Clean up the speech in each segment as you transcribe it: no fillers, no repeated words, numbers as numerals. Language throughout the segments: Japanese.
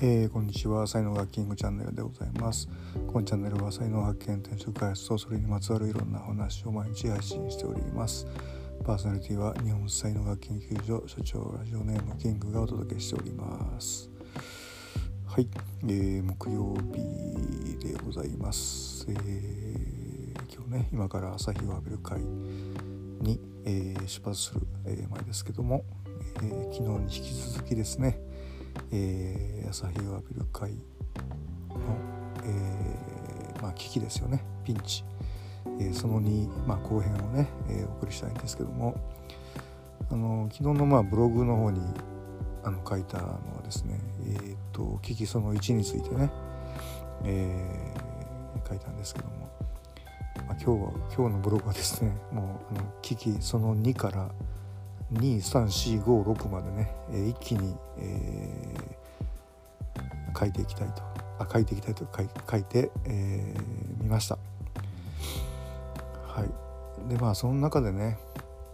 こんにちは。才能学キングチャンネルでございます。このチャンネルは才能発見、転職開発とそれにまつわるいろんな話を毎日配信しております。パーソナリティは日本才能学研究所所長ラジオネームキングがお届けしております。はい、木曜日でございます。今日ね、今から朝日を浴びる会に、出発する、前ですけども、昨日に引き続きですね、朝日を浴びる会の、危機ですよね、ピンチ、その2、後編をね、お送りしたいんですけども、昨日のブログの方に書いたのはですね、危機その1についてね、書いたんですけども、今日のブログはですね、もう危機その2から2、3、4、5、6までね、一気に、書いていきたいと書いてみました。はい。でその中でね、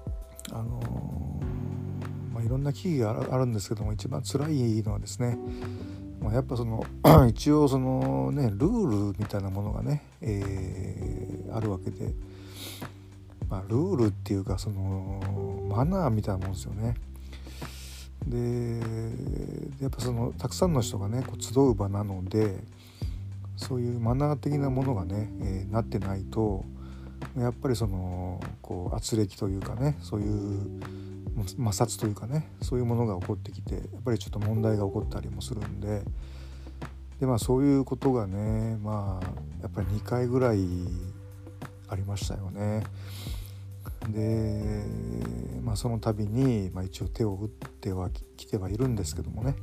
いろんな危機があるんですけども、一番辛いのはですね、やっぱその一応そのね、ルールみたいなものがね、あるわけで、ルールっていうかそのマナーみたいなもんですよね。でやっぱそのたくさんの人がね集う場なので、そういうマナー的なものがね、なってないとやっぱりその圧力というかね、そういう摩擦というかね、そういうものが起こってきて、やっぱりちょっと問題が起こったりもするんで、そういうことがね、やっぱり2回ぐらいありましたよね。でその度に、一応手を打ってはきてはいるんですけどもね、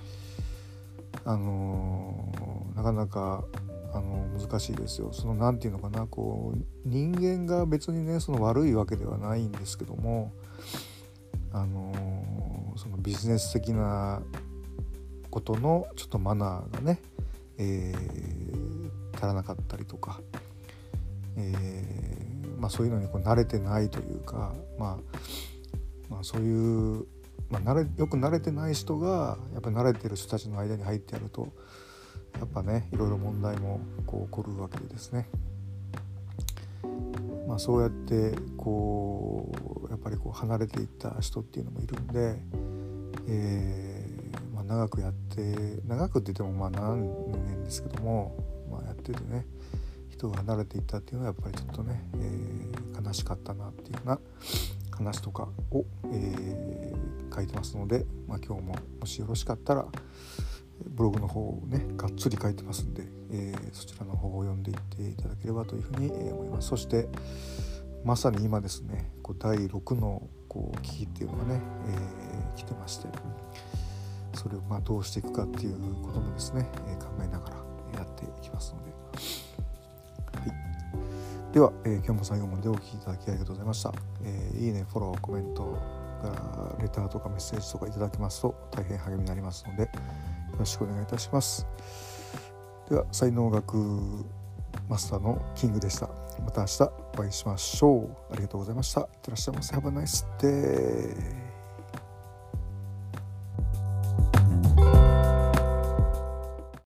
なかなか難しいですよ。そのなんていうのかな、人間が別にねその悪いわけではないんですけども、そのビジネス的なことのちょっとマナーがね、足らなかったりとか、そういうのに慣れてないというか、そういう、よく慣れてない人がやっぱり慣れてる人たちの間に入ってやると、やっぱねいろいろ問題も起こるわけでですね、そうやってやっぱり離れていった人っていうのもいるんで、長くって言っても何年ですけども、やっててね、人が離れていったっていうのはやっぱりちょっとね、悲しかったなっていうような話とかを、書いてますので、今日ももしよろしかったらブログの方をねがっつり書いてますんで、そちらの方を読んでいっていただければというふうに思います。そしてまさに今ですね、第6の危機っていうのがね、来てまして、それをどうしていくかっていうこともですね、考えながらやっていきますので、はい、では、今日も最後までお聞きいただきありがとうございました。いいね、フォロー、コメントがレターとかメッセージとかいただけますと大変励みになりますので、よろしくお願いいたします。では、才能学マスターのキングでした。また明日お会いしましょう。ありがとうございました。いってらっしゃいませ。Have a nice day.